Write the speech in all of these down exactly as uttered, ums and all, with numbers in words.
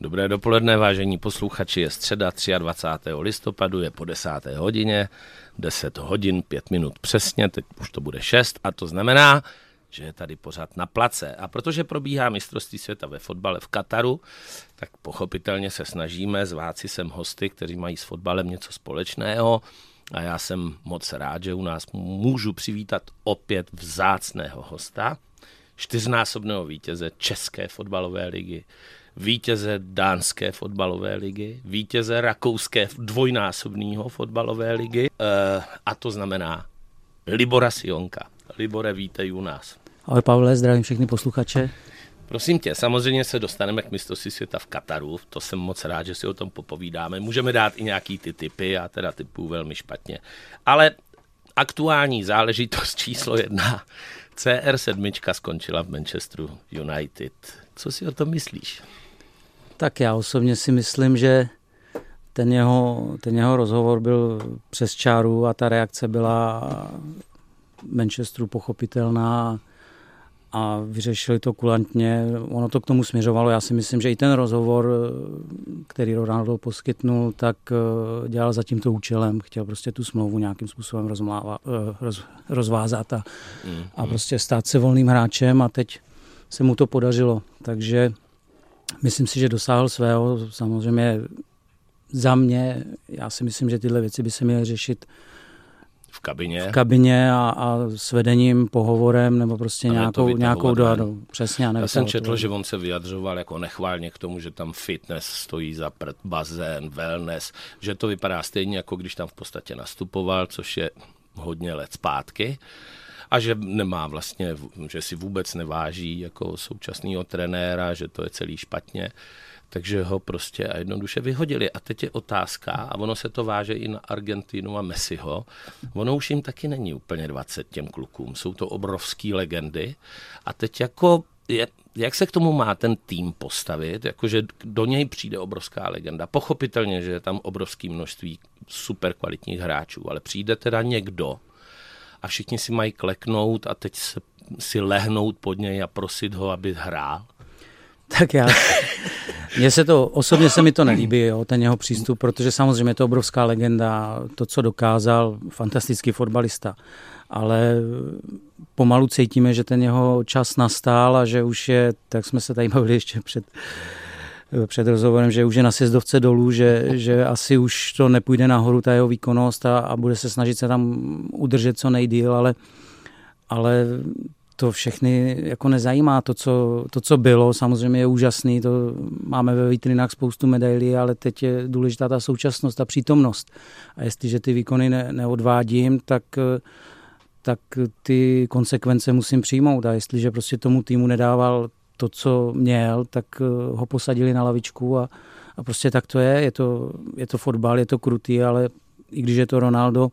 Dobré dopoledne, vážení posluchači, je středa dvacátého třetího listopadu, je po desáté hodině, deset hodin, pět minut přesně, teď už to bude šest a to znamená, že je tady pořád na place. A protože probíhá mistrovství světa ve fotbale v Kataru, tak pochopitelně se snažíme zvát si sem hosty, kteří mají s fotbalem něco společného. A já jsem moc rád, že u nás můžu přivítat opět vzácného hosta, čtyřnásobného vítěze České fotbalové ligy, vítěze Dánské fotbalové ligy, vítěze Rakouské dvojnásobného fotbalové ligy, e, a to znamená Libora Sionka. Libore, vítej u nás. Ahoj Pavle, zdravím všechny posluchače. Prosím tě, samozřejmě se dostaneme k mistrovství světa v Kataru, to jsem moc rád, že si o tom popovídáme. Můžeme dát i nějaký ty tipy, já teda typuju velmi špatně. Ale aktuální záležitost číslo jedna, C R sedm skončila v Manchesteru United. Co si o tom myslíš? Tak já osobně si myslím, že ten jeho, ten jeho rozhovor byl přes čáru a ta reakce byla Manchesteru pochopitelná a vyřešili to kulantně. Ono to k tomu směřovalo. Já si myslím, že i ten rozhovor, který Ronaldo poskytnul, tak dělal za tímto účelem. Chtěl prostě tu smlouvu nějakým způsobem rozmláva, roz, rozvázat a, mm, a prostě stát se volným hráčem a teď se mu to podařilo. Takže myslím si, že dosáhl svého. Samozřejmě za mě, já si myslím, že tyhle věci by se měly řešit v kabině, v kabině a, a s vedením, pohovorem nebo prostě nějakou, nějakou dohodou. Přesně. Já jsem četl, že on se vyjadřoval jako nechválně k tomu, že tam fitness stojí za prd, bazén, wellness, že to vypadá stejně, jako když tam v podstatě nastupoval, což je hodně let zpátky. A že nemá vlastně, že si vůbec neváží jako současného trenéra, že to je celý špatně. Takže ho prostě a jednoduše vyhodili. A teď je otázka, a ono se to váže i na Argentinu a Messiho, ono už jim taky není úplně dvacet těm klukům. Jsou to obrovský legendy. A teď jako, je, jak se k tomu má ten tým postavit, jakože do něj přijde obrovská legenda. Pochopitelně, že je tam obrovské množství super kvalitních hráčů, ale přijde teda někdo a všichni si mají kleknout a teď se, si lehnout pod něj a prosit ho, aby hrál. Tak já, mně se to, osobně se mi to nelíbí, jo, ten jeho přístup, protože samozřejmě je to obrovská legenda, to, co dokázal, fantastický fotbalista, ale pomalu cítíme, že ten jeho čas nastal a že už je, tak jsme se tady bavili ještě před, před rozhovorem, že už je na sjezdovce dolů, že, že asi už to nepůjde nahoru, ta jeho výkonnost a, a bude se snažit se tam udržet co nejdýl, ale, ale to všechny jako nezajímá. To co, to, co bylo, samozřejmě je úžasný, to máme ve vitrinách spoustu medailí, ale teď je důležitá ta současnost, ta přítomnost. A jestliže ty výkony ne, neodvádím, tak, tak ty konsekvence musím přijmout. A jestliže prostě tomu týmu nedával to, co měl, tak ho posadili na lavičku a, a prostě tak to je. Je to, je to fotbal, je to krutý, ale i když je to Ronaldo,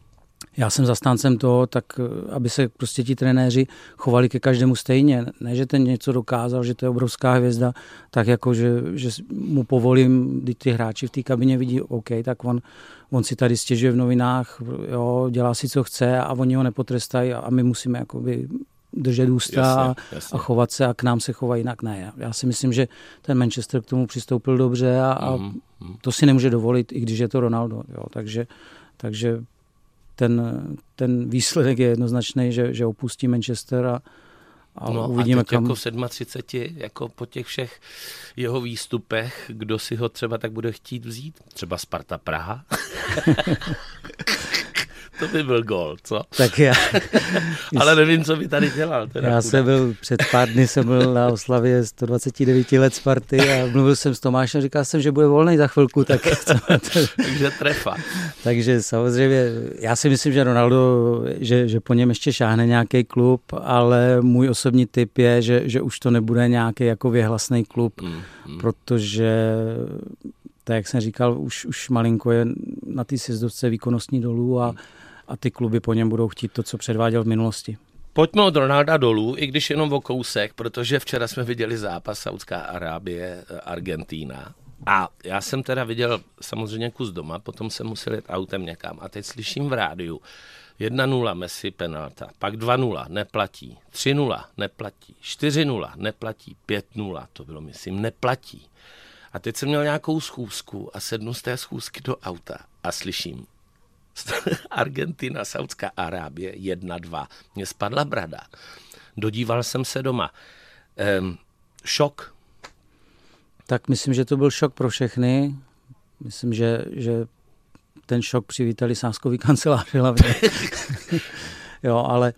já jsem zastáncem toho, tak aby se prostě ti trenéři chovali ke každému stejně. Ne, že ten něco dokázal, že to je obrovská hvězda, tak jako, že, že mu povolím, když ty hráči v té kabině vidí, OK, tak on, on si tady stěžuje v novinách, jo, dělá si, co chce a oni ho nepotrestají a my musíme jakoby držet ústa jasně, jasně. a chovat se a k nám se chovají jinak. Ne, já si myslím, že ten Manchester k tomu přistoupil dobře a, a mm, mm. to si nemůže dovolit, i když je to Ronaldo. Jo, takže, takže Ten, ten výsledek je jednoznačný, že, že opustí Manchester a, a no uvidíme, a teď kam... jako v třiceti sedmi, jako po těch všech jeho výstupech, kdo si ho třeba tak bude chtít vzít? Třeba Sparta Praha? To by byl gól, co? Tak já... Ale nevím, co by tady dělal. Teda já jsem byl, před pár dny jsem byl na oslavě sto dvacet devět let Sparty a mluvil jsem s Tomášem, říkal jsem, že bude volný za chvilku. Tak... Takže trefa. Takže samozřejmě, já si myslím, že Ronaldo, že, že po něm ještě šáhne nějaký klub, ale můj osobní tip je, že, že už to nebude nějaký jako věhlasný klub, mm, mm. protože... Tak jak jsem říkal, už, už malinko je na té sjezdovce výkonnostní dolů a, a ty kluby po něm budou chtít to, co předváděl v minulosti. Pojďme od Ronalda dolů, i když jenom o kousek, protože včera jsme viděli zápas Saudská Arábie, Argentína. A já jsem teda viděl samozřejmě kus doma, potom jsem musel jet autem někam a teď slyším v rádiu jedna nula Messi penalta, pak dva nula neplatí, tři nula neplatí, čtyři nula neplatí, pět nula, to bylo myslím neplatí. A teď jsem měl nějakou schůzku a sednu z té schůzky do auta a slyším Argentina, Saudská Arábie, jedna dva. Mně spadla brada. Dodíval jsem se doma. Ehm, šok. Tak myslím, že to byl šok pro všechny. Myslím, že, že ten šok přivítali sázkový kanceláři hlavně. Jo, ale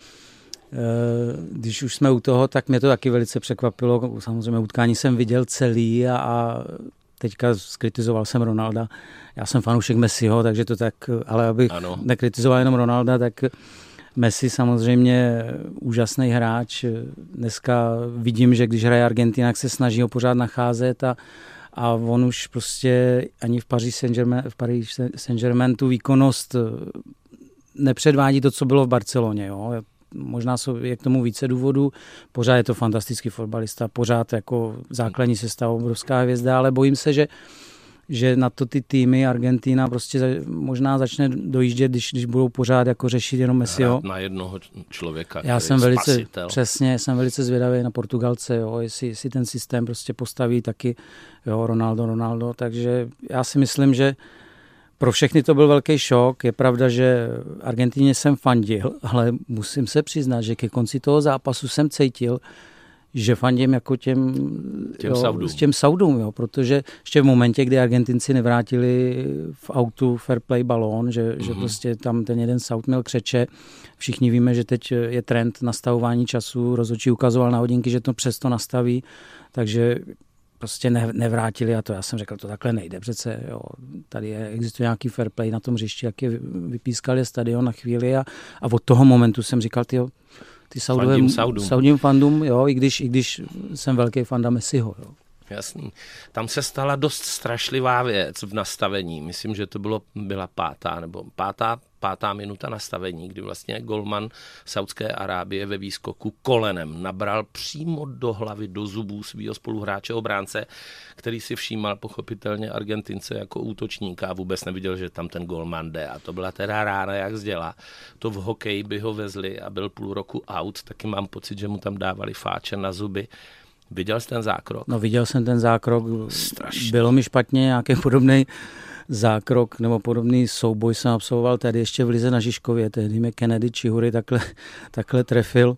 když už jsme u toho, tak mě to taky velice překvapilo. Samozřejmě utkání jsem viděl celý a, a teďka skritizoval jsem Ronalda. Já jsem fanoušek Messiho, takže to tak, ale abych ano. nekritizoval jenom Ronalda, tak Messi samozřejmě úžasný hráč. Dneska vidím, že když hraje Argentina, tak se snaží ho pořád nacházet a, a on už prostě ani v Paris Saint-Germain, v Paris Saint-Germain tu výkonnost nepředvádí to, co bylo v Barceloně. Jo. Možná je k tomu více důvodů. Pořád je to fantastický fotbalista, pořád jako základní sestava, obrovská hvězda, ale bojím se, že, že na to ty týmy Argentina prostě možná začne dojíždět, když, když budou pořád jako řešit jenom Messiho. Na jednoho člověka, Já jsem velice, spasitel. Přesně, jsem velice zvědavý na Portugalce, jo, jestli, jestli ten systém prostě postaví taky jo, Ronaldo, Ronaldo, takže já si myslím, že pro všechny to byl velký šok. Je pravda, že Argentině jsem fandil, ale musím se přiznat, že ke konci toho zápasu jsem cítil, že fandím jako těm, těm, jo, Saudům. S těm Saudům, jo, protože ještě v momentě, kdy Argentinci nevrátili v autu fair play balón, že, mm-hmm. že prostě tam ten jeden Saud měl křeče. Všichni víme, že teď je trend nastavování času, rozhodčí ukazoval na hodinky, že to přesto nastaví, takže prostě ne, nevrátili a to já jsem řekl, to takhle nejde přece, jo. Tady je, existuje nějaký fair play na tom hřišti, jak je vypískali stadion na chvíli a, a od toho momentu jsem říkal, tyjo, ty Saudové, Saudím fandům, jo, i když, i když jsem velký fanda Messiho, jo. Jasný. Tam se stala dost strašlivá věc v nastavení. Myslím, že to bylo, byla pátá nebo pátá, pátá minuta nastavení, kdy vlastně golman Saudské Arábie ve výskoku kolenem nabral přímo do hlavy, do zubů svého spoluhráče obránce, který si všímal pochopitelně Argentince jako útočníka a vůbec neviděl, že tam ten golman jde. A to byla teda rána jak z děla. To v hokeji by ho vezli a byl půl roku out. Taky mám pocit, že mu tam dávali fáče na zuby. Viděl jsi ten zákrok? No viděl jsem ten zákrok. Strašný. Bylo mi špatně, nějaký podobný zákrok nebo podobný souboj jsem absolvoval tady ještě v lize na Žižkově. Tehdy mě Kennedy Čihury takhle, takhle trefil.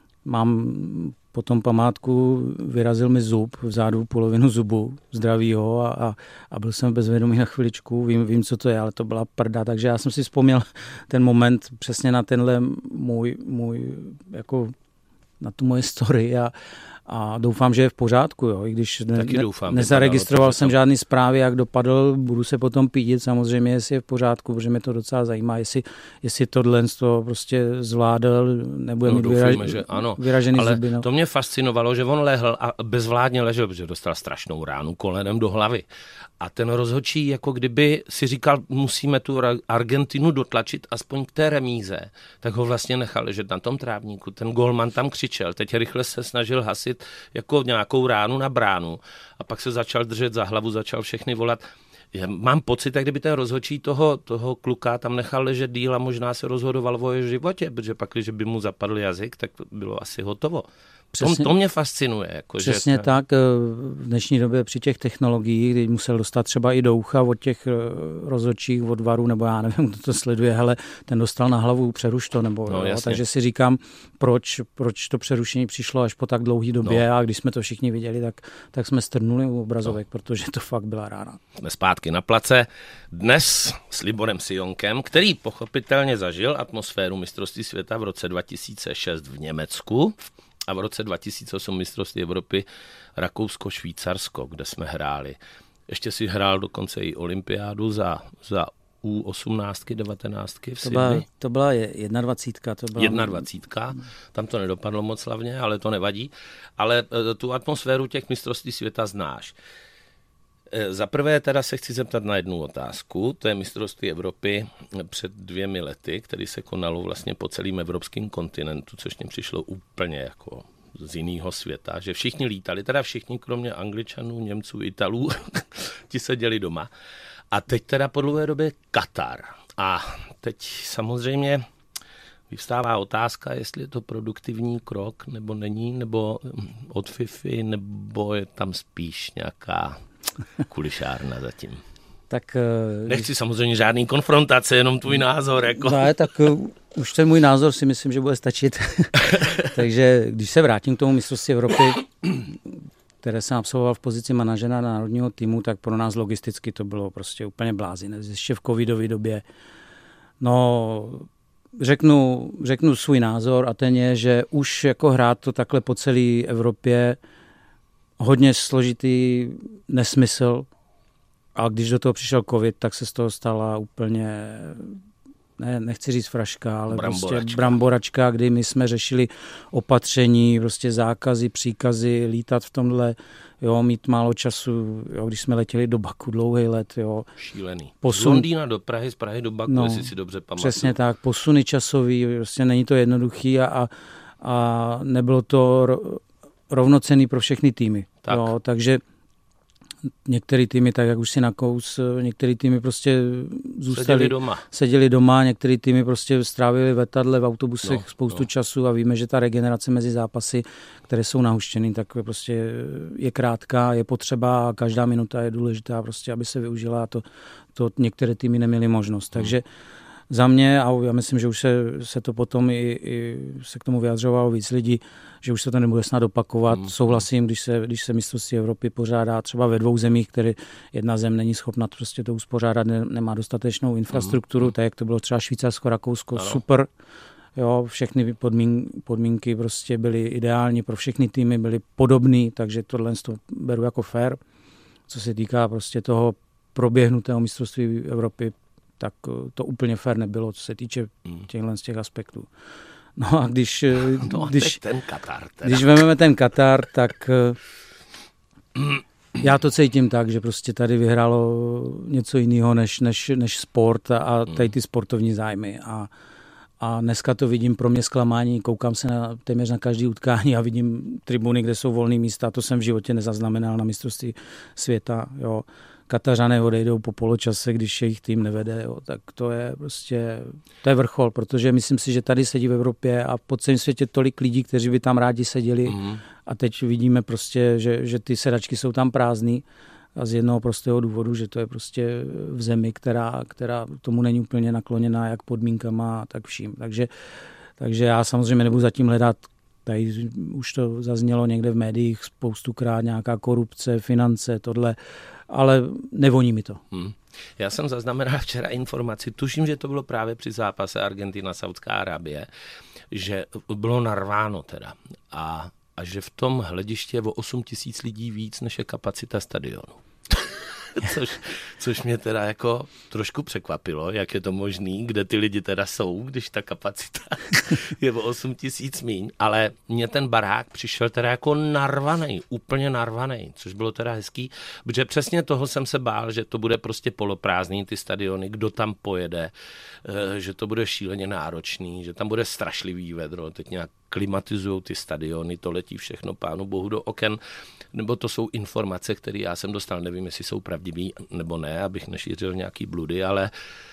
Mám potom památku, vyrazil mi zub, vzadu polovinu zubu zdravýho a, a, a byl jsem bezvědomý na chviličku. Vím, vím, co to je, ale to byla prda. Takže já jsem si vzpomněl ten moment přesně na tenhle můj, můj jako na tu moje story a, a doufám, že je v pořádku, jo. I když ne, doufám, nezaregistroval to, jsem tam žádný zprávy, jak dopadl, budu se potom pídit samozřejmě, jestli je v pořádku, protože mě to docela zajímá, jestli, jestli tohle to prostě zvládl, nebude no, mít doufíme, vyraž, že ano. vyražený ale zuby. No. To mě fascinovalo, že on lehl a bezvládně ležel, protože dostal strašnou ránu kolenem do hlavy. A ten rozhodčí, jako kdyby si říkal, musíme tu Argentinu dotlačit aspoň k té remíze, tak ho vlastně nechal ležet na tom trávníku. Ten golman tam křičel, teď rychle se snažil hasit jako nějakou ránu na bránu a pak se začal držet za hlavu, začal všechny volat. Já mám pocit, jak kdyby ten rozhodčí toho, toho kluka tam nechal ležet díl a možná se rozhodoval o jeho životě, protože pak, když by mu zapadl jazyk, tak to bylo asi hotovo. Přesně, to, to mě fascinuje. Jako, přesně že... tak. V dnešní době při těch technologiích, kdy musel dostat třeba i do ucha od těch rozhodčích, od varu, nebo já nevím, kdo to sleduje, hele, ten dostal na hlavu, přeruš to, nebo no, jo, takže si říkám, proč, proč to přerušení přišlo až po tak dlouhé době no. A když jsme to všichni viděli, tak, tak jsme strnuli u obrazovek, no. Protože to fakt byla rána. Jsme zpátky na place. Dnes s Liborem Sionkem, který pochopitelně zažil atmosféru mistrovství světa v roce dva tisíce šest v Německu, a v roce dva tisíce osm mistrovství Evropy Rakousko-Švýcarsko, kde jsme hráli. Ještě si hrál dokonce i olympiádu za, za U osmnáct, devatenáct v Sydney. To byla jednadvacítka. To byla... jednadvacítka, tam to nedopadlo moc slavně, ale to nevadí. Ale tu atmosféru těch mistrovství světa znáš. Za prvé teda se chci zeptat na jednu otázku, to je mistrovství Evropy před dvěmi lety, který se konalo vlastně po celém evropském kontinentu, což mě přišlo úplně jako z jiného světa, že všichni lítali, teda všichni kromě Angličanů, Němců, Italů, ti seděli doma. A teď teda po dlouhé době Katar. A teď samozřejmě vyvstává otázka, jestli je to produktivní krok, nebo není, nebo od FIFA, nebo je tam spíš nějaká kulišárna zatím. Tak, nechci samozřejmě žádný konfrontace, jenom tvůj názor. Jako. Ne, tak už ten můj názor si myslím, že bude stačit. Takže když se vrátím k tomu mistrovství Evropy, které jsem absolvoval v pozici manažera národního týmu, tak pro nás logisticky to bylo prostě úplně blázinné. Ještě v covidové době. No, řeknu, řeknu svůj názor a ten je, že už jako hrát to takhle po celé Evropě hodně složitý nesmysl. A když do toho přišel covid, tak se z toho stala úplně, ne, nechci říct fraška, ale bramboračka. prostě bramboračka, kdy my jsme řešili opatření, prostě zákazy, příkazy, lítat v tomhle, jo, mít málo času, jo, když jsme letěli do Baku dlouhý let, jo. Šílený. Posun... Z Londýna do Prahy, z Prahy do Baku, no, jestli si dobře pamatuju. Přesně tak, posuny časový, prostě není to jednoduchý a, a, a nebylo to rovnocenný pro všechny týmy, tak. Jo, takže některé týmy, tak jak už si nakous, některé týmy prostě zůstali, seděli doma. Seděli doma, některé týmy prostě strávili v letadle, v autobusech no, spoustu no. času a víme, že ta regenerace mezi zápasy, které jsou nahuštěny, tak prostě je krátká, je potřeba a každá minuta je důležitá, prostě, aby se využila a to, to některé týmy neměly možnost. Takže hmm. za mě, a já myslím, že už se, se to potom i, i se k tomu vyjadřovalo víc lidí, že už se to nebude snad opakovat. Hmm. Souhlasím, když se, když se mistrovství Evropy pořádá třeba ve dvou zemích, které jedna zem není schopna prostě to uspořádat, ne, nemá dostatečnou infrastrukturu, hmm. tak jak to bylo třeba Švýcarsko, Rakousko, ano. Super. Jo, všechny podmín, podmínky prostě byly ideální pro všechny týmy, byly podobné, takže tohle to beru jako fair. Co se týká prostě toho proběhnutého mistrovství Evropy, tak to úplně fair nebylo, co se týče těchto z těch aspektů. No a když, no, když, ten Katar, když vezmeme ten Katar, tak já to cítím tak, že prostě tady vyhrálo něco jiného než, než, než sport a tady ty sportovní zájmy. A, a dneska to vidím pro mě zklamání, koukám se na, téměř na každý utkání a vidím tribuny, kde jsou volné místa, to jsem v životě nezaznamenal na mistrovství světa, jo. Katařané odejdou po poločase, když jejich tým nevede, jo, tak to je prostě, to je vrchol, protože myslím si, že tady sedí v Evropě a po celém světě tolik lidí, kteří by tam rádi seděli mm. a teď vidíme prostě, že, že ty sedačky jsou tam prázdný a z jednoho prostého důvodu, že to je prostě v zemi, která, která tomu není úplně nakloněná jak podmínkama, tak vším. Takže, takže já samozřejmě nebudu zatím hledat, tady už to zaznělo někde v médiích spoustukrát, nějaká korupce, finance, tohle, ale nevoní mi to. Hmm. Já jsem zaznamenal včera informaci, tuším, že to bylo právě při zápase Argentina-Saudská Arábie, že bylo narváno teda a, a že v tom hledišti je o osm tisíc lidí víc, než je kapacita stadionu. Což, což mě teda jako trošku překvapilo, jak je to možný, kde ty lidi teda jsou, když ta kapacita je o osm tisíc míň, ale mně ten barák přišel teda jako narvanej, úplně narvanej, což bylo teda hezký, protože přesně toho jsem se bál, že to bude prostě poloprázdný ty stadiony, kdo tam pojede, že to bude šíleně náročný, že tam bude strašlivý vedro, teď nějak klimatizujou ty stadiony, to letí všechno pánu bohu do oken, nebo to jsou informace, které já jsem dostal, nevím, jestli jsou pravdivý nebo ne, abych nešířil nějaký bludy, ale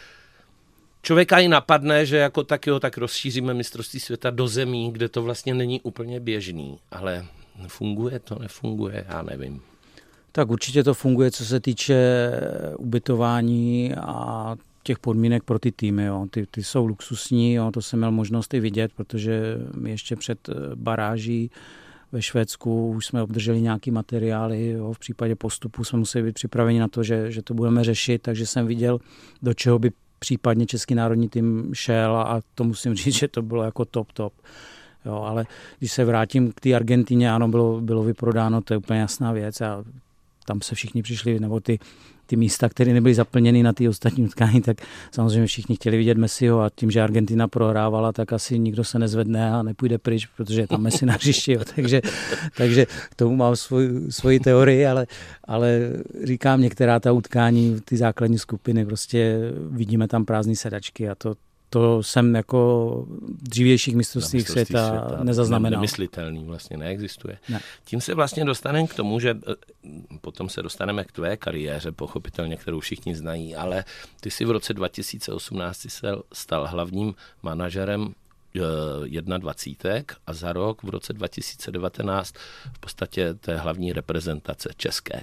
člověka i napadne, že jako tak jo, tak rozšíříme mistrovství světa do zemí, kde to vlastně není úplně běžný, ale funguje to, nefunguje, já nevím. Tak určitě to funguje, co se týče ubytování a těch podmínek pro ty týmy. Jo. Ty, ty jsou luxusní, jo. To jsem měl možnost i vidět, protože my ještě před baráží ve Švédsku už jsme obdrželi nějaký materiály. Jo. V případě postupu jsme museli být připraveni na to, že, že to budeme řešit, takže jsem viděl, do čeho by případně český národní tým šel a to musím říct, že to bylo jako top, top. Jo, ale když se vrátím k té Argentině, ano, bylo, bylo vyprodáno, to je úplně jasná věc a tam se všichni přišli, nebo ty, ty místa, které nebyly zaplněny na ty ostatní utkání, tak samozřejmě všichni chtěli vidět Messiho a tím, že Argentina prohrávala, tak asi nikdo se nezvedne a nepůjde pryč, protože je tam Messi na hřišti. Jo. Takže, takže k tomu mám svoj, svoji teorii, ale, ale říkám, některá ta utkání, ty základní skupiny, prostě vidíme tam prázdné sedačky a to To jsem jako dřívějších mistrovství světa, světa nezaznamenal. Nemyslitelný, vlastně neexistuje. Ne. Tím se vlastně dostaneme k tomu, že potom se dostaneme k tvé kariéře, pochopitelně, kterou všichni znají, ale ty si v roce dva tisíce osmnáct se stal hlavním manažerem dvacítek a za rok v roce dva tisíce devatenáct v podstatě té hlavní reprezentace české.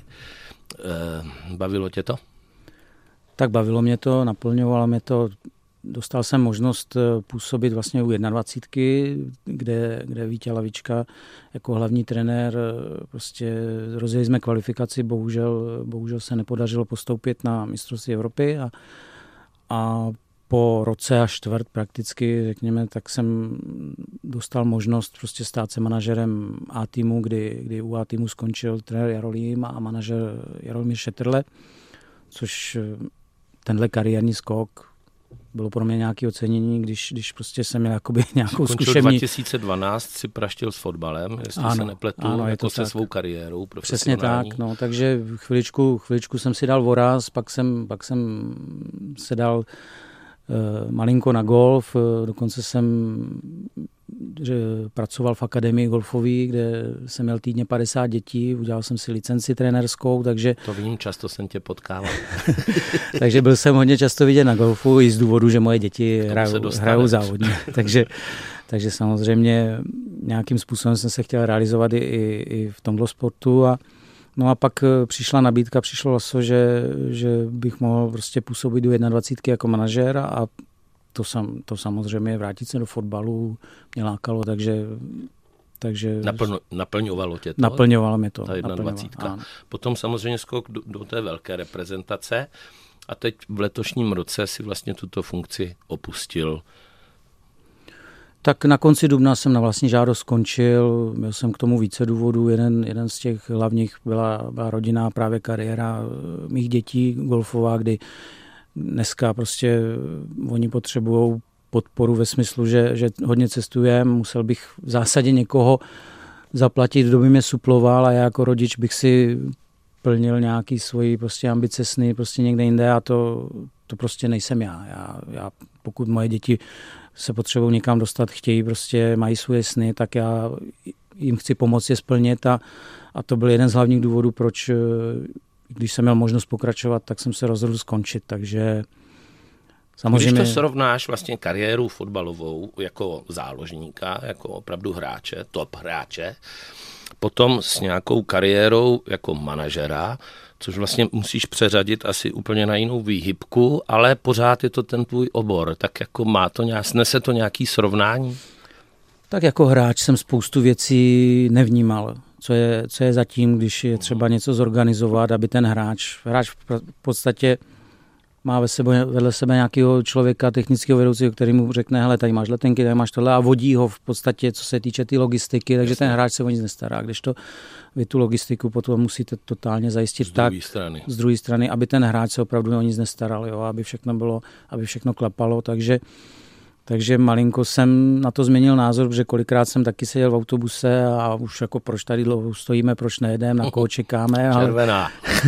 Bavilo tě to? Tak bavilo mě to, naplňovalo mě to. Dostal jsem možnost působit vlastně u jednadvacítky, kde, kde Vítě Lavička jako hlavní trenér, prostě rozjeli jsme kvalifikaci, bohužel, bohužel se nepodařilo postoupit na mistrovství Evropy a, a po roce a čtvrt prakticky, řekněme, tak jsem dostal možnost prostě stát se manažerem A týmu, kdy, kdy u A týmu skončil trenér Jarolím a manažer Jaromír Šetrle, což tenhle kariérní skok bylo pro mě nějaké ocenění, když, když prostě jsem měl jakoby nějakou zkušební... dva tisíce dvanáct si praštil s fotbalem, jestli ano, se nepletu, ano, jako se tak. Svou kariérou profesionální. Přesně tak, no, takže chviličku, chviličku jsem si dal voraz, pak jsem, pak jsem se dal uh, malinko na golf, uh, dokonce jsem že pracoval v akademii golfový, kde jsem měl týdně padesát dětí, udělal jsem si licenci trenérskou, takže... To vím, často jsem tě potkával. Takže byl jsem hodně často vidět na golfu i z důvodu, že moje děti hrajou, hrajou závodně. takže, takže samozřejmě nějakým způsobem jsem se chtěl realizovat i, i, i v tomto sportu a no a pak přišla nabídka, přišlo laso, že, že bych mohl prostě působit do jednadvacítky jako manažér a To, sam, to samozřejmě vrátit se do fotbalu mě lákalo, takže... takže Naplno, naplňovalo tě to? Naplňovalo mě to. Ta jednadvacítka. Potom samozřejmě skok do, do té velké reprezentace a teď v letošním roce si vlastně tuto funkci opustil. Tak na konci dubna jsem na vlastní žádost skončil, měl jsem k tomu více důvodů. Jeden, jeden z těch hlavních byla, byla rodinná právě kariéra mých dětí golfová, kdy dneska prostě oni potřebují podporu ve smyslu, že, že hodně cestujeme, musel bych v zásadě někoho zaplatit, kdo by mě suploval a já jako rodič bych si plnil nějaký svoji prostě ambice, sny prostě někde jinde a to, to prostě nejsem já. já. Já pokud moje děti se potřebují někam dostat, chtějí prostě, mají svoje sny, tak já jim chci pomoct je splnit a, a to byl jeden z hlavních důvodů, proč když jsem měl možnost pokračovat, tak jsem se rozhodl skončit, takže samozřejmě... Když to srovnáš vlastně kariéru fotbalovou jako záložníka, jako opravdu hráče, top hráče, potom s nějakou kariérou jako manažera, což vlastně musíš přeřadit asi úplně na jinou výhybku, ale pořád je to ten tvůj obor, tak jako má to nějak, snese to nějaký srovnání? Tak jako hráč jsem spoustu věcí nevnímal. Co je, co je zatím, když je třeba něco zorganizovat, aby ten hráč, hráč v podstatě má ve sebe, vedle sebe nějakého člověka, technického vedoucího, který mu řekne, hele, tady máš letenky, tady máš tohle a vodí ho v podstatě, co se týče té tý logistiky, takže ten hráč se o nic nestará. Když to vy tu logistiku potom musíte totálně zajistit z tak, strany. z druhé strany, aby ten hráč se opravdu o nic nestaral, jo, aby všechno bylo, aby všechno klapalo, takže Takže malinko jsem na to změnil názor, protože kolikrát jsem taky seděl v autobuse a už jako proč tady dlouho stojíme, proč nejedeme, na koho čekáme. Červená.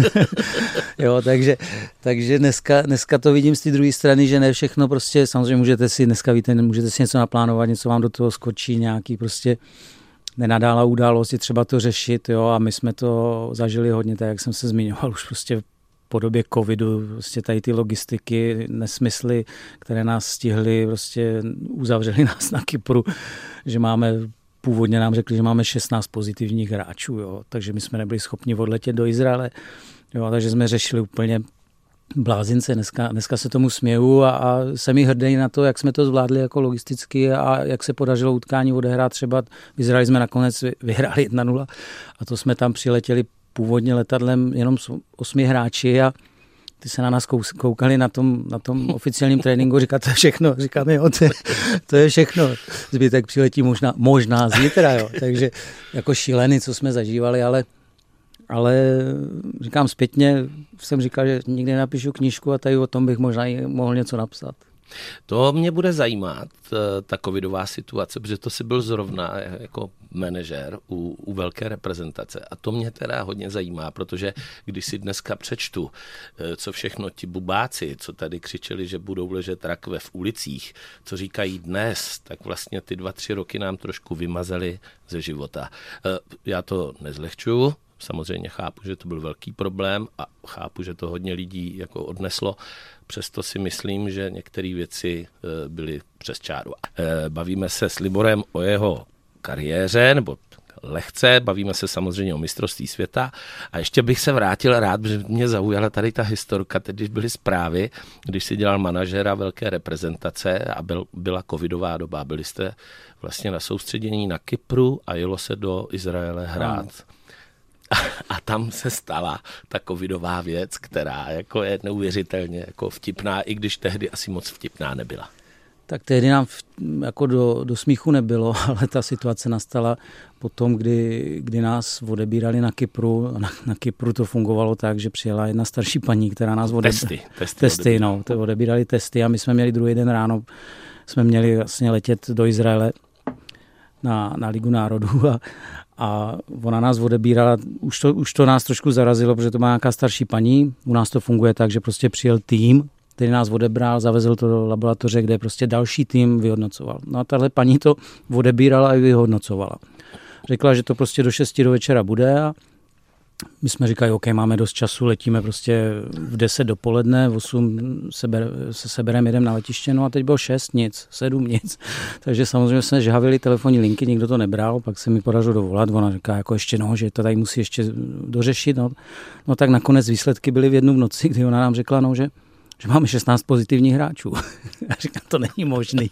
jo, takže, takže dneska, dneska to vidím z té druhé strany, že ne všechno prostě, samozřejmě můžete si, dneska víte, můžete si něco naplánovat, něco vám do toho skočí, nějaký prostě nenadálá událost, je třeba to řešit, jo, a my jsme to zažili hodně, tak jak jsem se zmiňoval, už prostě po době covidu, prostě tady ty logistiky, nesmysly, které nás stihly, prostě uzavřeli nás na Kypru, že máme, původně nám řekli, že máme šestnáct pozitivních hráčů, jo, takže my jsme nebyli schopni odletět do Izraele, jo, takže jsme řešili úplně blázince, dneska, dneska se tomu směju a, a jsem i hrdý na to, jak jsme to zvládli jako logisticky a jak se podařilo utkání odehrát, třeba v Izraeli jsme nakonec vyhráli jedna nula a to jsme tam přiletěli původně letadlem jenom s osmi hráči a ty se na nás koukali na tom, na tom oficiálním tréninku, říká, to je všechno, říkáme, jo, to je, to je všechno, zbytek přiletí možná, možná zítra, jo, takže jako šílený, co jsme zažívali, ale, ale říkám zpětně, jsem říkal, že nikdy nenapíšu knížku a tady o tom bych možná i mohl něco napsat. To mě bude zajímat, ta covidová situace, protože to si byl zrovna jako manažer u, u velké reprezentace a to mě teda hodně zajímá, protože když si dneska přečtu, co všechno ti bubáci, co tady křičeli, že budou ležet rakve v ulicích, co říkají dnes, tak vlastně ty dva, tři roky nám trošku vymazali ze života. Já to nezlehčuju, samozřejmě chápu, že to byl velký problém a chápu, že to hodně lidí jako odneslo. Přesto si myslím, že některé věci byly přes čáru. Bavíme se s Liborem o jeho kariéře, nebo lehce, bavíme se samozřejmě o mistrovství světa a ještě bych se vrátil rád, protože mě zaujala tady ta historka, teď když byly zprávy, když si dělal manažera velké reprezentace a byl, byla covidová doba, byli jste vlastně na soustředění na Kypru a jelo se do Izraele hrát. A, a tam se stala ta covidová věc, která jako je neuvěřitelně jako vtipná, i když tehdy asi moc vtipná nebyla. Tak tehdy nám jako do, do smíchu nebylo, ale ta situace nastala potom, kdy, kdy nás odebírali na Kypru. Na, na Kypru to fungovalo tak, že přijela jedna starší paní, která nás odebírala. Testy. Testy, testy no, to odebírali testy a my jsme měli druhý den ráno, jsme měli vlastně letět do Izraele na, na Ligu národů a, a ona nás odebírala. Už to, už to nás trošku zarazilo, protože to má nějaká starší paní. U nás to funguje tak, že prostě přijel tým, který nás odebral, zavezl to do laboratoře, kde prostě další tým vyhodnocoval. No a tahle paní to odebírala a vyhodnocovala. Řekla, že to prostě do šesti do večera bude a my jsme říkali, OK, máme dost času, letíme prostě v deset dopoledne, v osm seber, se seberem, jedem na letiště, no a teď bylo šest, nic, sedm, nic. Takže samozřejmě jsme žhavili telefonní linky, nikdo to nebral, pak se mi podařilo dovolat, ona říká jako ještě no, že to tady musí ještě dořešit, no, no tak nakonec výsledky byly v jednu v noci, kdy ona nám řekla, no, že že máme šestnáct pozitivních hráčů. Já říkám, to není možný.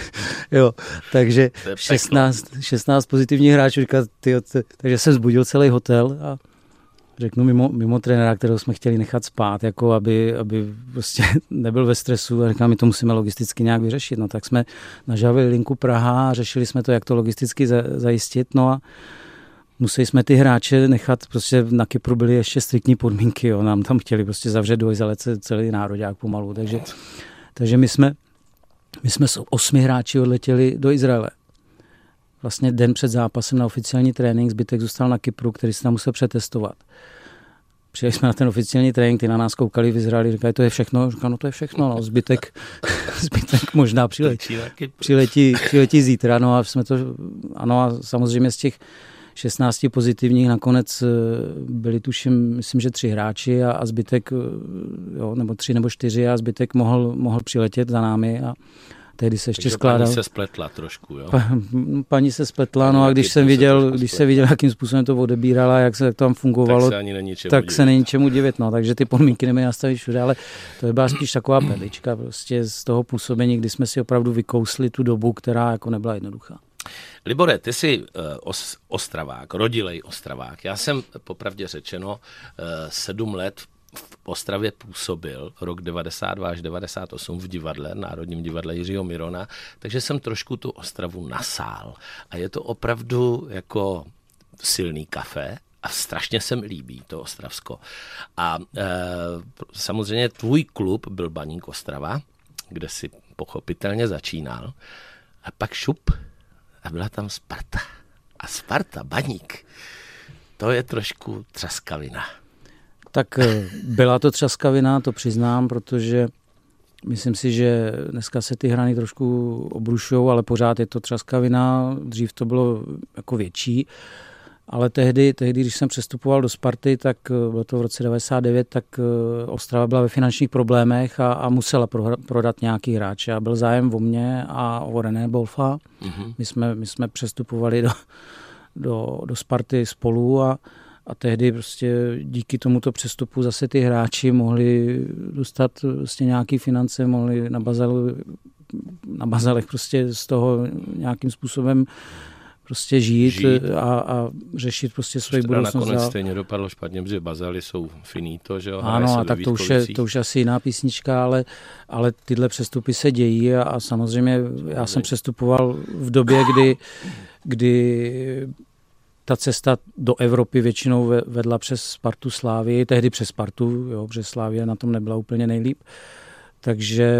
Jo, takže šestnáct, šestnáct pozitivních hráčů, říkám, tyjo, t- takže jsem zbudil celý hotel a řeknu mimo, mimo trenéra, kterého jsme chtěli nechat spát, jako aby, aby prostě nebyl ve stresu a říkám, my to musíme logisticky nějak vyřešit. No tak jsme nažavili linku Praha a řešili jsme to, jak to logisticky za, zajistit. No a museli jsme ty hráče nechat, prostě na Kypru byly ještě striktní podmínky, jo. Nám tam chtěli prostě zavřet do izolace celý nároďák pomalu, takže, takže my jsme, my jsme s osmi hráči odletěli do Izraele. Vlastně den před zápasem na oficiální trénink, zbytek zůstal na Kypru, který se tam musel přetestovat. Přijeli jsme na ten oficiální trénink, ty na nás koukali v Izraeli, říkali, to je všechno, říkali, no to je všechno, no. zbytek, zbytek možná přiletí, přiletí, přiletí zítra, no a jsme to, ano a samozřejmě z těch šestnácti pozitivních nakonec byli tuším, myslím, že tři hráči a, a zbytek, jo, nebo tři nebo čtyři a zbytek mohl, mohl přiletět za námi a tehdy se ještě Takže skládal. Paní se spletla trošku, jo? Pa, paní se spletla, no a když jsem viděl, když se viděl, jakým způsobem to odebírala, jak se jak to tam fungovalo, tak se ani není čemu tak divit. se není čemu divit, no, takže ty podmínky neměly nastavit všude, ale to byla spíš taková perlička prostě z toho působení, kdy jsme si opravdu vykousli tu dobu, která jako nebyla jednoduchá. Libore, ty jsi uh, os, Ostravák, rodilej Ostravák. Já jsem popravdě řečeno uh, sedm let v Ostravě působil, rok devadesát dva až devadesát osm v divadle, Národním divadle Jiřího Mirona, takže jsem trošku tu Ostravu nasál. A je to opravdu jako silný kafe a strašně se mi líbí to Ostravsko. A uh, samozřejmě tvůj klub byl Baník Ostrava, kde si pochopitelně začínal. A pak šup, a byla tam Sparta. A Sparta, Baník, to je trošku třaskavina. Tak byla to třaskavina, to přiznám, protože myslím si, že dneska se ty hrany trošku obrušují, ale pořád je to třaskavina. Dřív to bylo jako větší, ale tehdy, tehdy když jsem přestupoval do Sparty, tak bylo to v roce devadesát devět, tak Ostrava byla ve finančních problémech a, a musela pro, prodat nějaký hráče. A byl zájem o mě a o René Bolfa. Mm-hmm. My jsme, my jsme přestupovali do, do, do Sparty spolu a, a tehdy prostě díky tomuto přestupu zase ty hráči mohli dostat prostě nějaký finance, mohli na, bazal, na bazalech prostě z toho nějakým způsobem prostě žít, žít. A, a řešit prostě svoji budoucnost. Nakonec stejně dopadlo špatně, protože bazaly jsou finito, že jo? Ano, a tak to už, je, to už asi jiná písnička, ale, ale tyhle přestupy se dějí a, a samozřejmě já jsem přestupoval v době, kdy, kdy ta cesta do Evropy většinou vedla přes Spartu, Slávii, tehdy přes Spartu, jo, protože Slávie na tom nebyla úplně nejlíp. Takže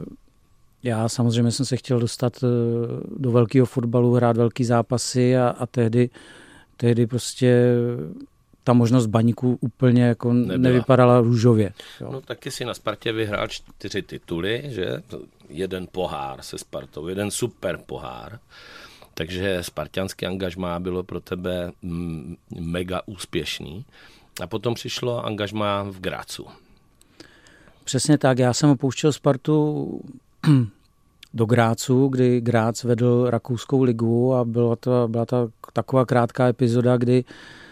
já samozřejmě jsem se chtěl dostat do velkého fotbalu, hrát velký zápasy a, a tehdy, tehdy prostě ta možnost Baníku úplně jako nevypadala růžově. Jo. No taky si na Spartě vyhrál čtyři tituly, že? Jeden pohár se Spartou, jeden super pohár. takže spartianské angažmá bylo pro tebe mm, mega úspěšný. A potom přišlo angažmá v Grácu. Přesně tak, já jsem opouštěl Spartu do Grácu, kdy Grác vedl rakouskou ligu a byla to, byla to taková krátká epizoda, kdy...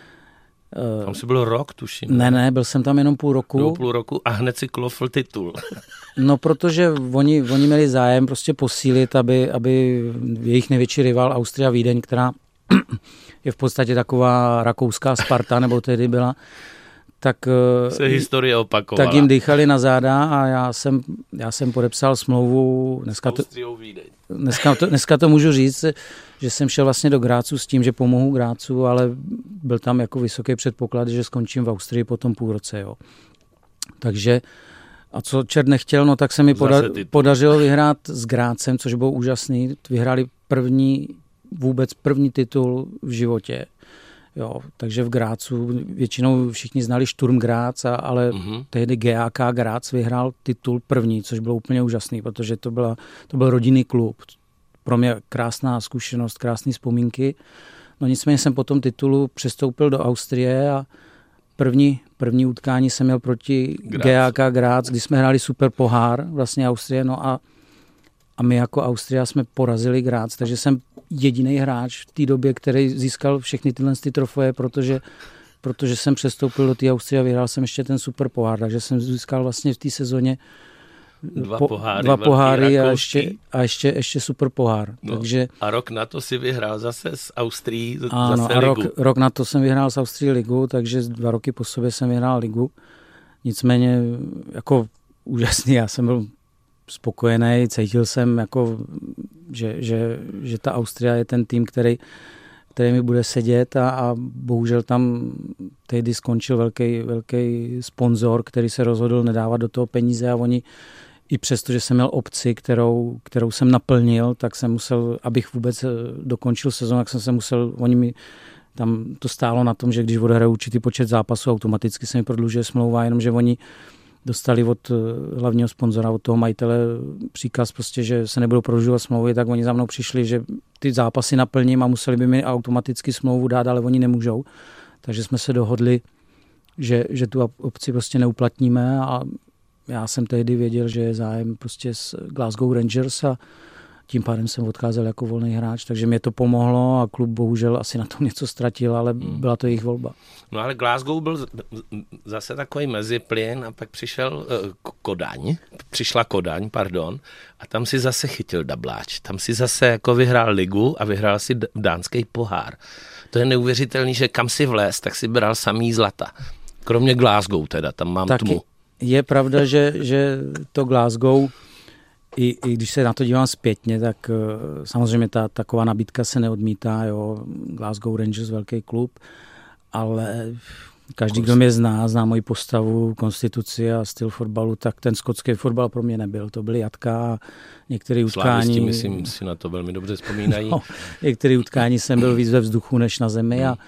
Tam jsi byl rok, tuším. Ne, ne, byl jsem tam jenom půl roku. Byl půl roku a hned si klofl titul. No, protože oni, oni měli zájem prostě posílit, aby, aby jejich největší rival Austria Vídeň, která je v podstatě taková rakouská Sparta, nebo tehdy byla, tak se historie opakovala. Tak jim dýchali na záda a já jsem, já jsem podepsal smlouvu. Dneska to, dneska, to, dneska to můžu říct, že jsem šel vlastně do Grácu s tím, že pomohu Grácu, ale byl tam jako vysoký předpoklad, že skončím v Austrii po tom půl roce. Jo. Takže a co čert nechtěl, no tak se mi poda, podařilo vyhrát s Grácem, což bylo úžasný. Vyhráli první, vůbec první titul v životě. Jo, takže v Grácu většinou všichni znali Sturm Graz, ale mm-hmm. tehdy G A K Graz vyhrál titul první, což bylo úplně úžasný, protože to, byla, to byl rodinný klub. Pro mě krásná zkušenost, krásné vzpomínky. No nicméně jsem po tom titulu přestoupil do Austrie a první, první utkání jsem měl proti Graz. G A K Graz, kdy jsme hráli super pohár vlastně Austrie, no a, a my jako Austria jsme porazili Graz, takže jsem jediný hráč v té době, který získal všechny tyhle ty trofeje, protože, protože jsem přestoupil do té Austrie a vyhrál jsem ještě ten super pohár, takže jsem získal vlastně v té sezóně dva po, poháry, dva poháry a, ještě, a ještě, ještě super pohár. No, takže, a rok na to si vyhrál zase s Austrií ano, zase a ligu. Rok, rok na to jsem vyhrál s Austrií ligu, takže dva roky po sobě jsem vyhrál ligu. Nicméně jako úžasný, já jsem byl spokojený, cítil jsem, jako, že, že, že ta Austria je ten tým, který, který mi bude sedět a, a bohužel tam tehdy skončil velký, velký sponzor, který se rozhodl nedávat do toho peníze a oni i přesto, že jsem měl opci, kterou, kterou jsem naplnil, tak jsem musel, abych vůbec dokončil sezónu, tak jsem se musel, oni mi tam to stálo na tom, že když odehraju určitý počet zápasů, automaticky se mi prodlužuje smlouva, jenomže oni dostali od hlavního sponzora, od toho majitele příkaz prostě, že se nebudou prodlužovat smlouvy, tak oni za mnou přišli, že ty zápasy naplním a museli by mi automaticky smlouvu dát, ale oni nemůžou. Takže jsme se dohodli, že, že tu opci prostě neuplatníme a já jsem tehdy věděl, že je zájem prostě s Glasgow Rangers a tím pádem jsem odcházel jako volný hráč, takže mě to pomohlo a klub bohužel asi na tom něco ztratil, ale byla to jejich volba. No ale Glasgow byl zase takový meziplyn a pak přišel uh, Kodaň, přišla Kodaň, pardon, a tam si zase chytil dabláč. Tam si zase jako vyhrál ligu a vyhrál si dánský pohár. To je neuvěřitelný, že kam si vlez, tak si bral samý zlata. Kromě Glasgow teda, tam mám Taky tmu. Je pravda, že, že to Glasgow, I, I když se na to dívám zpětně, tak uh, samozřejmě ta taková nabídka se neodmítá, jo, Glasgow Rangers, velký klub, ale každý, kdo mě zná, zná moji postavu, konstituci a styl fotbalu, tak ten skotský fotbal pro mě nebyl. To byly jatka a některé utkání... Slávisti, myslím, si na to velmi dobře vzpomínají. No, některé utkání jsem byl víc ve vzduchu než na zemi a,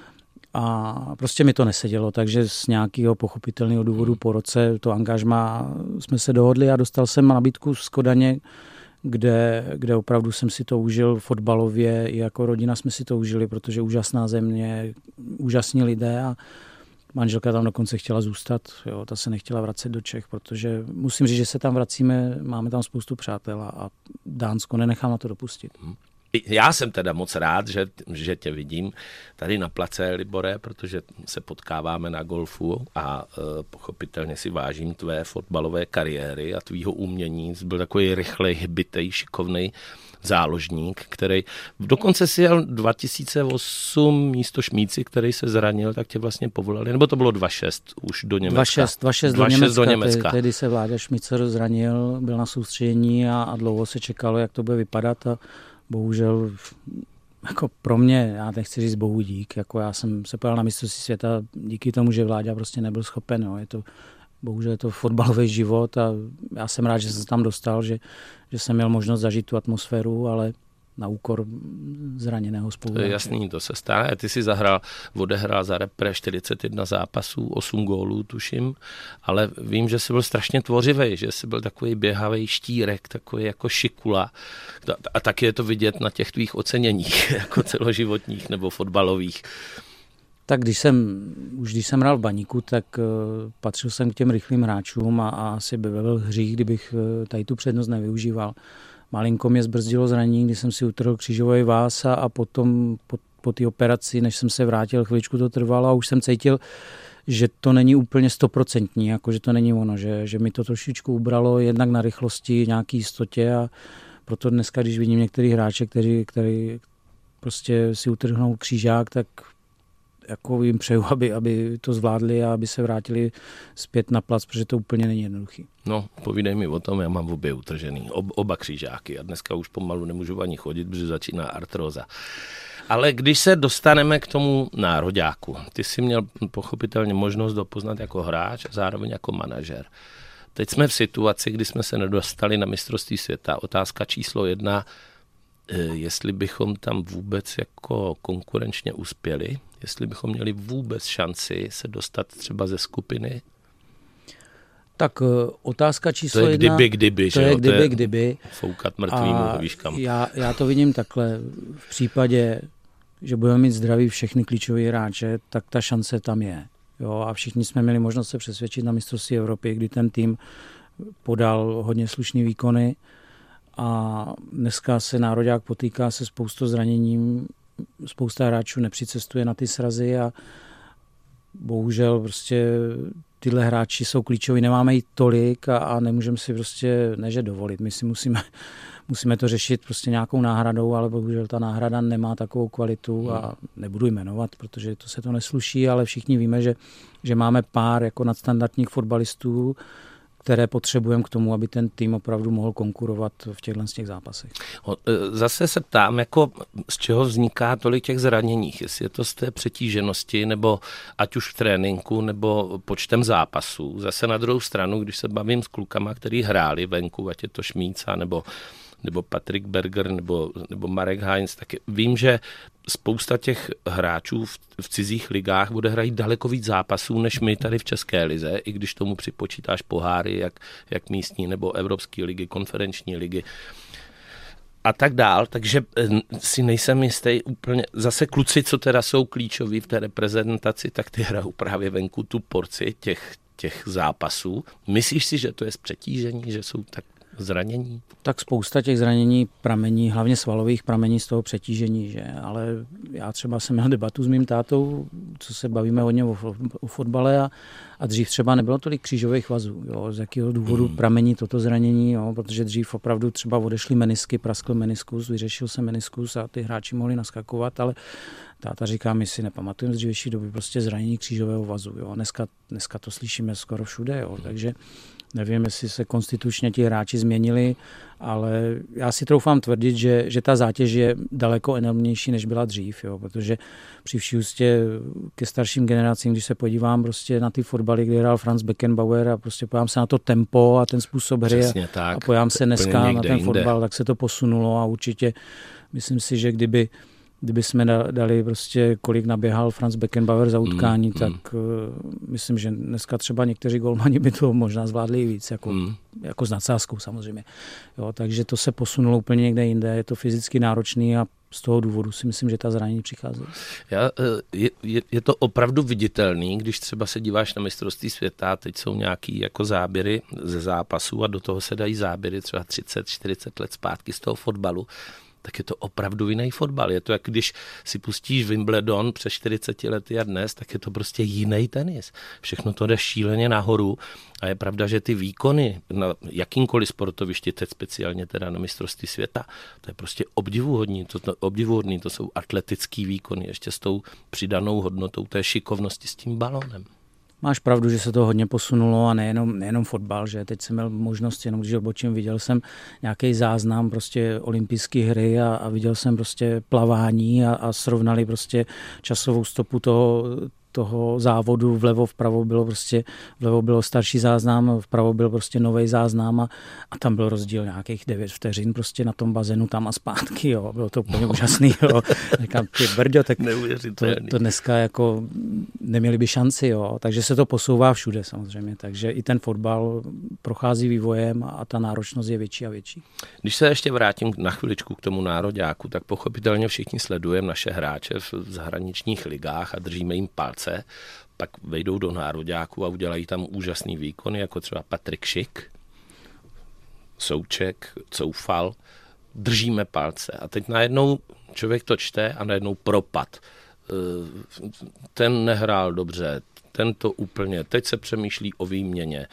a prostě mi to nesedělo, takže z nějakého pochopitelného důvodu po roce to angažmá jsme se dohodli a dostal jsem nabídku z Kodaně, kde, kde opravdu jsem si to užil fotbalově, i jako rodina jsme si to užili, protože úžasná země, úžasní lidé a manželka tam dokonce chtěla zůstat, jo, ta se nechtěla vracet do Čech, protože musím říct, že se tam vracíme, máme tam spoustu přátel a Dánsko nenechám na to dopustit. Já jsem teda moc rád, že, že tě vidím tady na place, Libore, protože se potkáváme na golfu a e, pochopitelně si vážím tvé fotbalové kariéry a tvýho umění. Jsi byl takový rychlej, hbitej, šikovnej záložník, který dokonce si jel dva tisíce osm místo Šmíci, který se zranil, tak tě vlastně povolali, nebo to bylo dva šest už do Německa? dva šest do Německa. Do Německa. Tehdy se Vláďa Šmícer zranil, byl na soustředění a, a dlouho se čekalo, jak to bude vypadat a bohužel jako pro mě, já nechci říct bohu dík, jako já jsem se pojel na mistrovství světa díky tomu, že Vláďa prostě nebyl schopen, no. Je to, bohužel je to fotbalový život a já jsem rád, že jsem se tam dostal, že, že jsem měl možnost zažít tu atmosféru, ale na úkor zraněného spoluhráče. To je jasný, to se stane. Ty si zahrál, odehrál za repre čtyřicet jedna zápasů, osm gólů tuším, ale vím, že jsi byl strašně tvořivý, že jsi byl takový běhavý štírek, takový jako šikula. A taky je to vidět na těch tvých oceněních, jako celoživotních nebo fotbalových. Tak když jsem, už když jsem hrál v Baníku, tak uh, patřil jsem k těm rychlým hráčům a, a asi by byl hřích, kdybych uh, tady tu přednost nevyužíval. Malinko mě zbrzdilo zranění, když jsem si utrhl křížový váz a, a potom po, po té operaci, než jsem se vrátil, chviličku to trvalo a už jsem cítil, že to není úplně stoprocentní, jako že to není ono, že, že mi to trošičku ubralo jednak na rychlosti, nějaký jistotě a proto dneska, když vidím některý hráče, kteří, kteří prostě si utrhnou křížák, tak jako jim přeju, aby, aby to zvládli a aby se vrátili zpět na plac, protože to úplně není jednoduchý. No, povídej mi o tom, já mám obě utržený, ob, oba křížáky a dneska už pomalu nemůžu ani chodit, protože začíná artróza. Ale když se dostaneme k tomu nároďáku, ty jsi měl pochopitelně možnost dopoznat jako hráč a zároveň jako manažer. Teď jsme v situaci, kdy jsme se nedostali na mistrovství světa. Otázka číslo jedna, jestli bychom tam vůbec jako konkurenčně uspěli, jestli bychom měli vůbec šanci se dostat třeba ze skupiny. Tak otázka číslo jedna. To je jedna, kdyby, kdyby, to že je jo? kdyby, to je kdyby. Foukat mrtvýmu, víš kam. Já, já to vidím takhle. V případě, že budeme mít zdraví všechny klíčové hráče, tak ta šance tam je. Jo, a všichni jsme měli možnost se přesvědčit na mistrovství Evropy, kdy ten tým podal hodně slušný výkony a dneska se nároďák potýká se spoustou zraněním, spousta hráčů nepřicestuje na ty srazy a bohužel prostě tyhle hráči jsou klíčoví, nemáme jich tolik a, a nemůžeme si prostě neže dovolit. My si musíme, musíme to řešit prostě nějakou náhradou, ale bohužel ta náhrada nemá takovou kvalitu a nebudu jmenovat, protože to se to nesluší, ale všichni víme, že, že máme pár jako nadstandardních fotbalistů, které potřebujeme k tomu, aby ten tým opravdu mohl konkurovat v těchto z těch zápasech. Zase se ptám, jako z čeho vzniká tolik těch zraněních, jestli je to z té přetíženosti, nebo ať už v tréninku, nebo počtem zápasů. Zase na druhou stranu, když se bavím s klukama, který hráli venku, ať je to Šmíca, nebo nebo Patrik Berger, nebo, nebo Marek Heinz, tak vím, že spousta těch hráčů v, v cizích ligách bude hrát daleko víc zápasů, než my tady v České lize, i když tomu připočítáš poháry, jak, jak místní, nebo evropské ligy, konferenční ligy a tak dál, takže si nejsem jistý úplně, zase kluci, co teda jsou klíčoví v té reprezentaci, tak ty hrajou právě venku tu porci těch, těch zápasů. Myslíš si, že to je z přetížení, že jsou tak zranění? Tak spousta těch zranění pramení, hlavně svalových pramení z toho přetížení, že? Ale já třeba jsem měl debatu s mým tátou, co se bavíme hodně o, o fotbale a, a dřív třeba nebylo tolik křížových vazů. Jo? Z jakého důvodu mm. pramení toto zranění, jo? Protože dřív opravdu třeba odešly menisky, praskl meniskus, vyřešil se meniskus a ty hráči mohli naskakovat, ale táta říká, my si nepamatujeme z dřívější doby prostě zranění křížového vazu. Jo? Dneska, dneska to slyšíme skoro všude, jo? Takže nevím, jestli se konstitučně ti hráči změnili, ale já si troufám tvrdit, že, že ta zátěž je daleko enormnější, než byla dřív, jo, protože při vší úctě ke starším generacím, když se podívám prostě na ty fotbaly, kde hrál Franz Beckenbauer a prostě podívám se na to tempo a ten způsob hry a podívám se dneska na ten fotbal, tak se to posunulo a určitě myslím si, že kdyby Kdyby jsme dali prostě, kolik naběhal Franz Beckenbauer za utkání, mm, tak mm. Uh, myslím, že dneska třeba někteří golmani by to možná zvládli i víc, jako, mm. jako s nadsázkou samozřejmě. Jo, takže to se posunulo úplně někde jinde, je to fyzicky náročný a z toho důvodu si myslím, že ta zranění přichází. Já, je, je, je to opravdu viditelný, když třeba se díváš na mistrovství světa, teď jsou nějaký jako záběry ze zápasů a do toho se dají záběry třeba třicet čtyřicet let zpátky z toho fotbalu, tak je to opravdu jiný fotbal. Je to, jak když si pustíš Wimbledon před čtyřiceti lety a dnes, tak je to prostě jiný tenis. Všechno to jde šíleně nahoru a je pravda, že ty výkony na jakýmkoliv sportovišti, teď speciálně teda na mistrovství světa, to je prostě obdivuhodný. To, to, obdivuhodný, to jsou atletický výkony, ještě s tou přidanou hodnotou té šikovnosti s tím balónem. Máš pravdu, že se to hodně posunulo a nejenom, nejenom fotbal, že teď jsem měl možnost, jenom když odbočím, viděl jsem nějaký záznam prostě olympijské hry a, a viděl jsem prostě plavání a, a srovnali prostě časovou stopu toho, toho závodu, vlevo, vpravo bylo prostě, vlevo bylo starší záznam, vpravo byl prostě nový záznam a, a tam byl rozdíl nějakých devět vteřin prostě na tom bazénu tam a zpátky, jo. Bylo to úplně úžasný, jo. Říkám, ty brďo, tak to, to dneska jako neměli by šanci, jo. Takže se to posouvá všude samozřejmě, takže i ten fotbal prochází vývojem a ta náročnost je větší a větší. Když se ještě vrátím na chviličku k tomu nároďáku, tak pochopitelně všichni sledujeme naše hráče v zahraničních ligách a držíme jim palce, pak vejdou do nároďáku a udělají tam úžasný výkony, jako třeba Patrik Šik, Souček, Coufal, držíme palce. A teď najednou člověk to čte a najednou propad. Ten nehrál dobře, ten to úplně, teď se přemýšlí o výměně.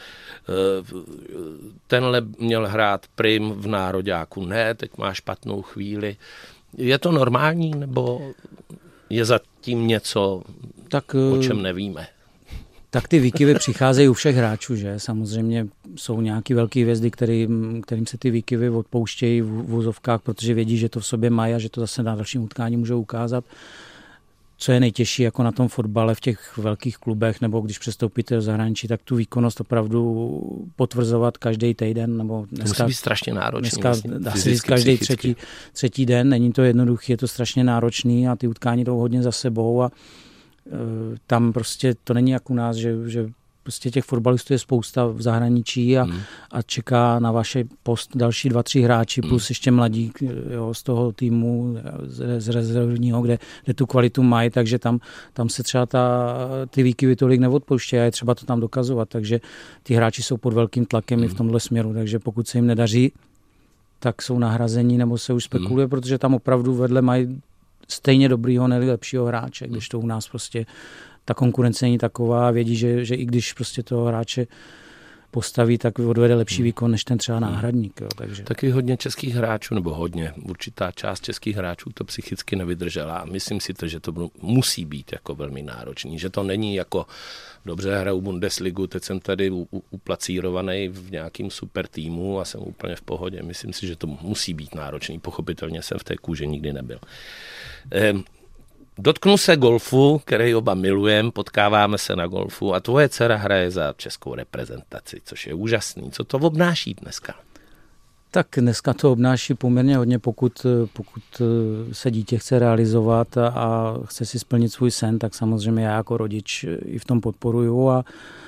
Tenhle měl hrát prim v nároďáku, ne, teď má špatnou chvíli. Je to normální, nebo je zatím něco, tak, o čem nevíme? Tak ty výkyvy přicházejí u všech hráčů, že? Samozřejmě jsou nějaký velký hvězdy, kterým, kterým se ty výkyvy odpouštějí v vozovkách, protože vědí, že to v sobě mají a že to zase na dalším utkání můžou ukázat. Co je nejtěžší jako na tom fotbale v těch velkých klubech, nebo když přestoupíte do zahraničí, tak tu výkonnost opravdu potvrzovat každý týden. Nebo dneska, to musí být strašně náročný. Dneska vlastně, dá se říct každý třetí, třetí den, není to jednoduché, je to strašně náročný a ty utkání jdou hodně za sebou a e, tam prostě to není jak u nás, že, že prostě těch fotbalistů je spousta v zahraničí a, hmm. a čeká na vaše post další dva, tři hráči hmm. plus ještě mladí, jo, z toho týmu, z, z rezervního, kde, kde tu kvalitu mají, takže tam, tam se třeba ta, ty výkyvy tolik neodpouštějí a je třeba to tam dokazovat, takže ty hráči jsou pod velkým tlakem hmm. i v tomhle směru, takže pokud se jim nedaří, tak jsou nahrazení nebo se už spekuluje, hmm. protože tam opravdu vedle mají stejně dobrýho, nejlepšího hráče, když to u nás prostě ta konkurence není taková, vědí, že, že i když prostě toho hráče postaví, tak odvede lepší výkon než ten třeba náhradník. Jo, takže. Taky hodně českých hráčů, nebo hodně, určitá část českých hráčů to psychicky nevydržela a myslím si to, že to musí být jako velmi náročný, že to není jako dobře hraju Bundesligu, teď jsem tady uplacírovaný v nějakým super týmu a jsem úplně v pohodě. Myslím si, že to musí být náročný. Pochopitelně jsem v té kůži nikdy nebyl. Ehm, Dotknu se golfu, který oba milujeme, potkáváme se na golfu a tvoje dcera hraje za českou reprezentaci, což je úžasný. Co to obnáší dneska? Tak dneska to obnáší poměrně hodně, pokud, pokud se dítě chce realizovat a, a chce si splnit svůj sen, tak samozřejmě já jako rodič i v tom podporuju. A,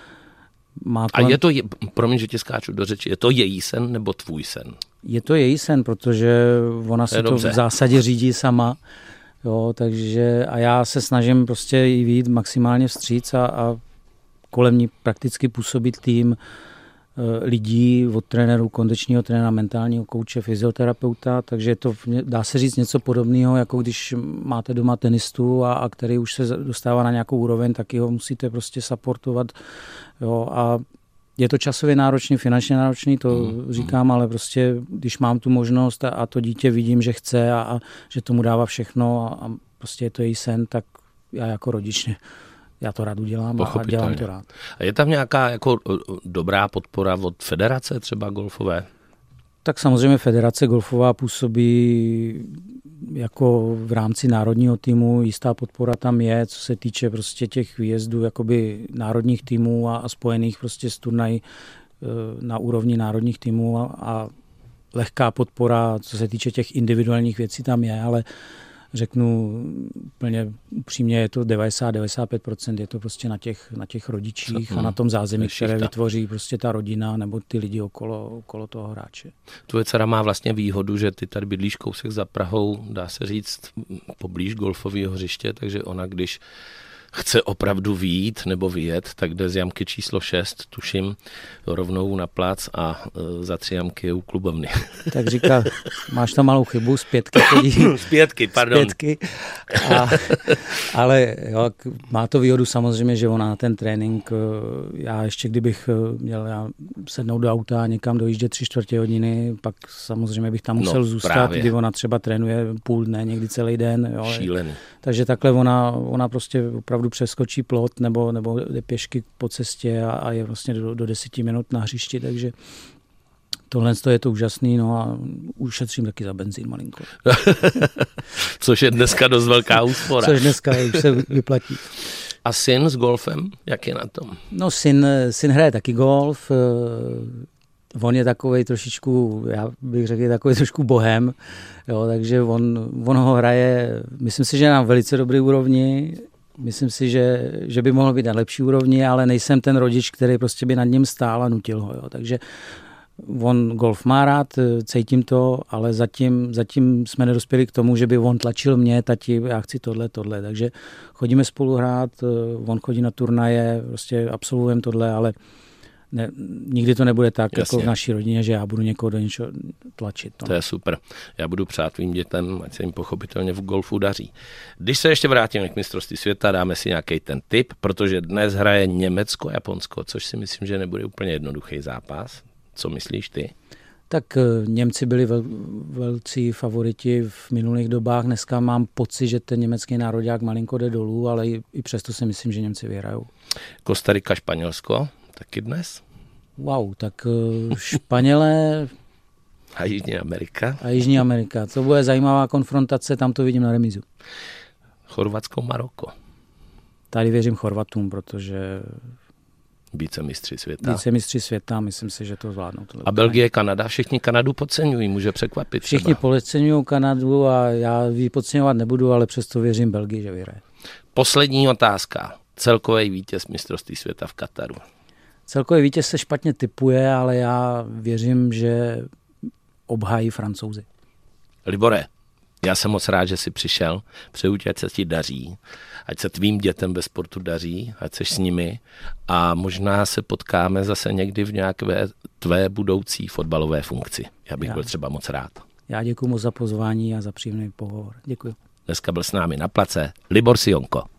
má a je to, je, promiň, že tě skáču do řeči, je to její sen nebo tvůj sen? Je to její sen, protože ona si to, to v zásadě řídí sama. Jo, takže a já se snažím prostě i vyjít maximálně vstříc a, a kolem ní prakticky působit tým e, lidí od trenéru, kondičního trenéra, mentálního kouče, fyzioterapeuta, takže je to, dá se říct něco podobného, jako když máte doma tenistu a, a který už se dostává na nějakou úroveň, tak ho musíte prostě supportovat. Jo, a je to časově náročný, finančně náročný, to mm. říkám, ale prostě když mám tu možnost a, a to dítě vidím, že chce a, a že tomu dává všechno a, a prostě je to její sen, tak já jako rodič já to rád udělám a dělám to rád. A je tam nějaká jako dobrá podpora od federace třeba golfové? Tak samozřejmě federace golfová působí jako v rámci národního týmu, jistá podpora tam je, co se týče prostě těch výjezdů jakoby národních týmů a, a spojených prostě z turnají na úrovni národních týmů a, a lehká podpora, co se týče těch individuálních věcí tam je, ale řeknu úplně upřímně, je to devadesát až devadesát pět procent, je to prostě na těch, na těch rodičích Co, a na tom zázemí, které vytvoří prostě ta rodina nebo ty lidi okolo, okolo toho hráče. Tvoje dcera má vlastně výhodu, že ty tady bydlíš kousek za Prahou, dá se říct, poblíž golfového hřiště, takže ona, když chce opravdu vyjít nebo vyjet, tak jde z jamky číslo šest, tuším, rovnou na plac a e, za tři jamky je u klubovny. Tak říká, máš tam malou chybu, z pětky. Chodí, z pětky, pardon. Z pětky. A, ale jo, má to výhodu samozřejmě, že ona na ten trénink, já ještě kdybych měl já sednout do auta a někam dojíždět tři čtvrtě hodiny, pak samozřejmě bych tam musel no, zůstat, právě. Kdy ona třeba trénuje půl dne, někdy celý den. Jo. Šílený. Takže takhle ona, ona prostě opravdu přeskočí plot nebo, nebo jde pěšky po cestě a, a je vlastně do, do deseti minut na hřišti, takže tohle je to úžasný, no a ušetřím taky za benzín malinko. Což je dneska dost velká úspora. Což dneska už se vyplatí. A syn s golfem, jak je na tom? No syn, syn hraje taky golf, on je takovej trošičku, já bych řekl, takový trošku bohem, jo, takže on, on ho hraje, myslím si, že na velice dobrý úrovni, myslím si, že, že by mohl být na lepší úrovni, ale nejsem ten rodič, který prostě by nad ním stál a nutil ho, jo, takže on golf má rád, cítím to, ale zatím, zatím jsme nedospěli k tomu, že by on tlačil mě, tati, já chci tohle, tohle, takže chodíme spolu hrát, on chodí na turnaje, prostě absolvujeme tohle, ale ne, nikdy to nebude tak, Jasně. jako v naší rodině, že já budu někoho do něčeho tlačit. No. To je super. Já budu přát tvým dětem, ať se jim pochopitelně v golfu daří. Když se ještě vrátíme k mistrovství světa, dáme si nějaký ten tip, protože dnes hraje Německo, Japonsko, což si myslím, že nebude úplně jednoduchý zápas. Co myslíš ty? Tak Němci byli vel, velcí favoriti v minulých dobách. Dneska mám pocit, že ten německý nároďák malinko jde dolů, ale i, i přesto si myslím, že Němci vyhrajou. Kostarika, Španělsko, taky dnes? Wow, tak Španělé... A Jižní Amerika? A Jižní Amerika. To bude zajímavá konfrontace, tam to vidím na remízu. Chorvatsko, Maroko. Tady věřím Chorvatům, protože... Vícemistři světa. Vícemistři světa, myslím si, že to zvládnou. A Belgie, Kanada, všichni Kanadu podceňují, může překvapit. Všichni podceňují Kanadu a já ji podceňovat nebudu, ale přesto věřím Belgii, že vyhraje. Poslední otázka. Celkový vítěz mistrovství světa v Kataru. Celkový vítěz se špatně tipuje, ale já věřím, že obhájí Francouzi. Libore, já jsem moc rád, že jsi přišel. Přeju ti, ať se ti daří. Ať se tvým dětem ve sportu daří, ať seš s nimi a možná se potkáme zase někdy v nějaké tvé budoucí fotbalové funkci. Já bych já. byl třeba moc rád. Já děkuji moc za pozvání a za příjemný pohovor. Děkuji. Dneska byl s námi na place Libor Sionko.